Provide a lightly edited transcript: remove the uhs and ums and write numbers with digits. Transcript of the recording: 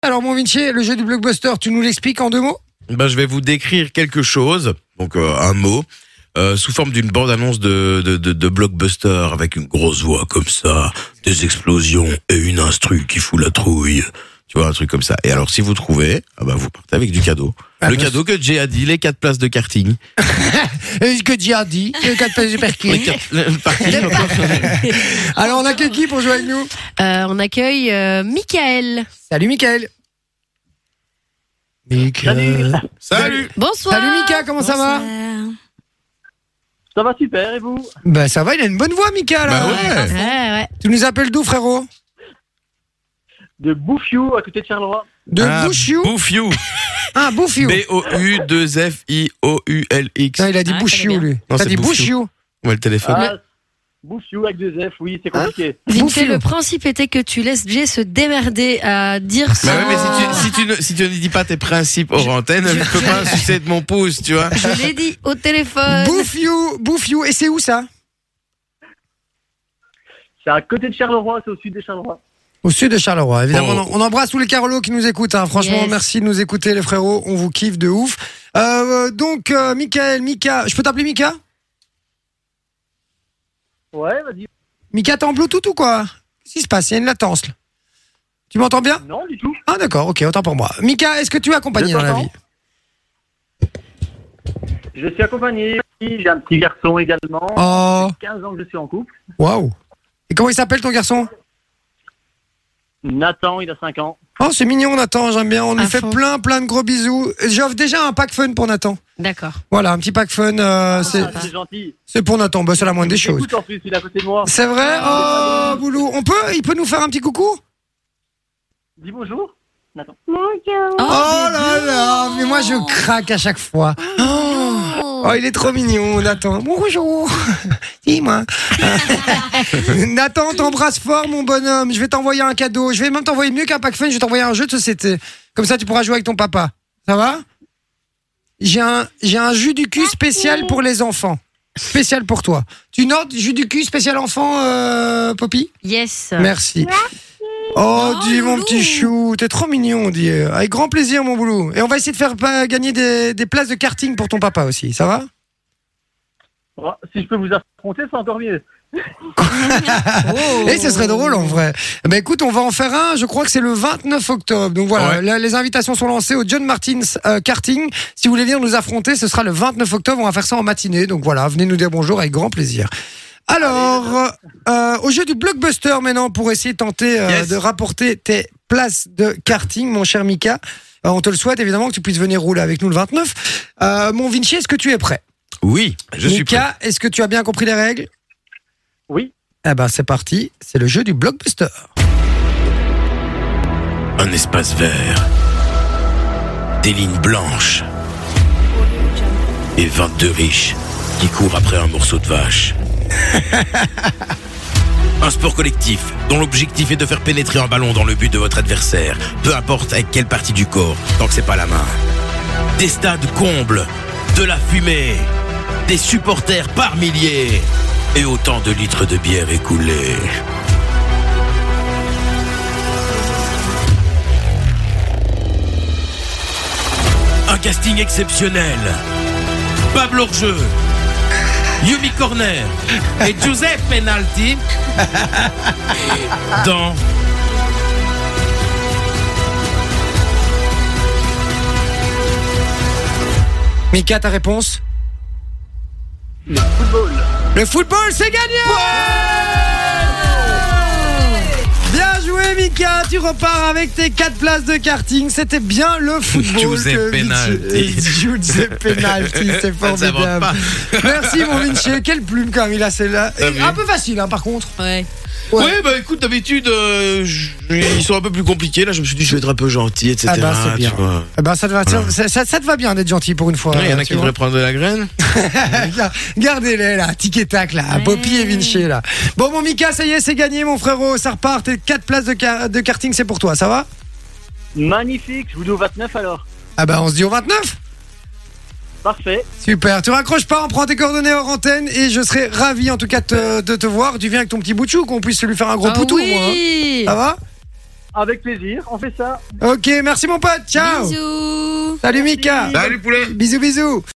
Alors mon Vinci, le jeu du blockbuster, tu nous l'expliques en 2 mots? Je vais vous décrire quelque chose, donc un mot, sous forme d'une bande-annonce de blockbuster avec une grosse voix comme ça, des explosions et une instru qui fout la trouille. Tu vois, un truc comme ça. Et alors, si vous trouvez, vous partez avec du cadeau. Le cadeau que Jay a dit, les 4 places de karting. Ce que Jay a dit, les 4 places de parking. Alors, on accueille qui pour jouer avec nous? On accueille Michael. Salut, Michael. Salut. Bonsoir. Salut, Mika, comment ça va? Ça va super, et vous? Ça va, il a une bonne voix, Mika, là. Ouais. Tu nous appelles d'où, frérot? De Bouffiou, à côté de Charleroi. De Bouffiou? Bouffiou. Ah, Bouffiou. B-O-U-2-F-I-O-U-L-X. Non, il a dit Bouffiou, lui. Non, T'as c'est dit Bouffiou. Bouffiou. Ouais, le téléphone. Bouffiou avec 2 F, oui, c'est compliqué. Vinci, le principe était que tu laisses Jay se démerder à dire ça. Mais si tu ne dis pas tes principes hors antenne, je ne peux pas sucer de mon pouce, tu vois. Je l'ai dit au téléphone. Bouffiou. Et c'est où, ça? C'est à côté de Charleroi, c'est au sud de Charleroi. Au sud de Charleroi, évidemment. On embrasse tous les Carolos qui nous écoutent. Franchement, Yes. merci de nous écouter, les frérots. On vous kiffe de ouf. Donc, Mika, je peux t'appeler Mika? Ouais, vas-y. Mika, t'es en Bluetooth ou quoi? Qu'est-ce qui se passe? Il y a une latence, là. Tu m'entends bien? Non, du tout. Ah, d'accord, ok, autant pour moi. Mika, est-ce que tu es accompagné Je dans la t'entends. vie? Je suis accompagné, j'ai un petit garçon également. Oh, Ça fait 15 ans que je suis en couple. waouh. Et comment il s'appelle, ton garçon? Nathan, il a 5 ans. Oh, c'est mignon, Nathan, j'aime bien. On lui À fait fond. plein de gros bisous. J'offre déjà un pack fun pour Nathan. D'accord. Voilà, un petit pack fun. C'est gentil. C'est pour Nathan, c'est la moindre des choses. Écoute, en plus, il est à côté de moi. C'est vrai? Oh, Boulou. Il peut nous faire un petit coucou? Dis bonjour, Nathan. Oh là là, mais moi je craque à chaque fois. Oh, il est trop mignon, Nathan. Bonjour. Dis-moi. Nathan, t'embrasse fort, mon bonhomme. Je vais t'envoyer un cadeau. Je vais même t'envoyer mieux qu'un pack fun. Je vais t'envoyer un jeu de société. Comme ça, tu pourras jouer avec ton papa. Ça va? J'ai un jus du cul spécial pour les enfants. Spécial pour toi. Tu notes jus du cul spécial enfant, Poppy? Yes. Merci. Oh, dis mon petit chou, t'es trop mignon, dis. Avec grand plaisir, mon boulot. Et on va essayer de faire gagner des places de karting pour ton papa aussi, ça va? Oh, si je peux vous affronter, c'est encore mieux. Et ce serait drôle en vrai. Écoute, on va en faire un, je crois que c'est le 29 octobre. Donc voilà, les invitations sont lancées au John Martins Karting. Si vous voulez venir nous affronter, ce sera le 29 octobre, on va faire ça en matinée. Donc voilà, venez nous dire bonjour avec grand plaisir. Alors, au jeu du blockbuster maintenant, pour essayer de tenter de rapporter tes places de karting, mon cher Mika. On te le souhaite évidemment que tu puisses venir rouler avec nous le 29. Mon Vinci, est-ce que tu es prêt? Oui, je suis prêt. Mika, est-ce que tu as bien compris les règles? Oui. C'est parti, c'est le jeu du blockbuster. Un espace vert, des lignes blanches et 22 riches qui courent après un morceau de vache. Un sport collectif dont l'objectif est de faire pénétrer un ballon dans le but de votre adversaire, peu importe avec quelle partie du corps, tant que c'est pas la main. Des stades combles, de la fumée, des supporters par milliers et autant de litres de bière écoulés. Un casting exceptionnel. Pablo Orgeux, Yumi Corner et Giuseppe Penalty dans Mika, ta réponse? Le football. Le football, c'est gagné! Bien joué, Mika, tu repars avec tes 4 places de karting. C'était bien le football. Giuseppe Penalty. Giuseppe Penalty, c'est formidable. Merci, mon Vinci. Quelle plume, quand même, il a celle-là. Un peu facile, hein, par contre. Ouais. Ouais, écoute, d'habitude, ils sont un peu plus compliqués. Là, je me suis dit, je vais être un peu gentil, etc. C'est bien. tu vois. Ça te va, ça te va bien d'être gentil pour une fois. Il y en a tu qui vois. devraient prendre de la graine. Gardez-les là, tic et tac là, Poppy et Vinci là. Bon, mon Mika, ça y est, c'est gagné, mon frérot. Ça repart. Tes 4 places de karting, c'est pour toi, ça va? Magnifique, je vous dis au 29 alors. On se dit au 29. Parfait. Super, tu raccroches pas, on prend tes coordonnées hors antenne et je serai ravi en tout cas de te voir. Tu viens avec ton petit bout de chou, qu'on puisse lui faire un gros poutou. Oui. Moi, hein. Ça va? Avec plaisir, on fait ça. Ok, merci mon pote. Ciao. Bisous. Salut Mika. Salut poulet. Bisous bisous.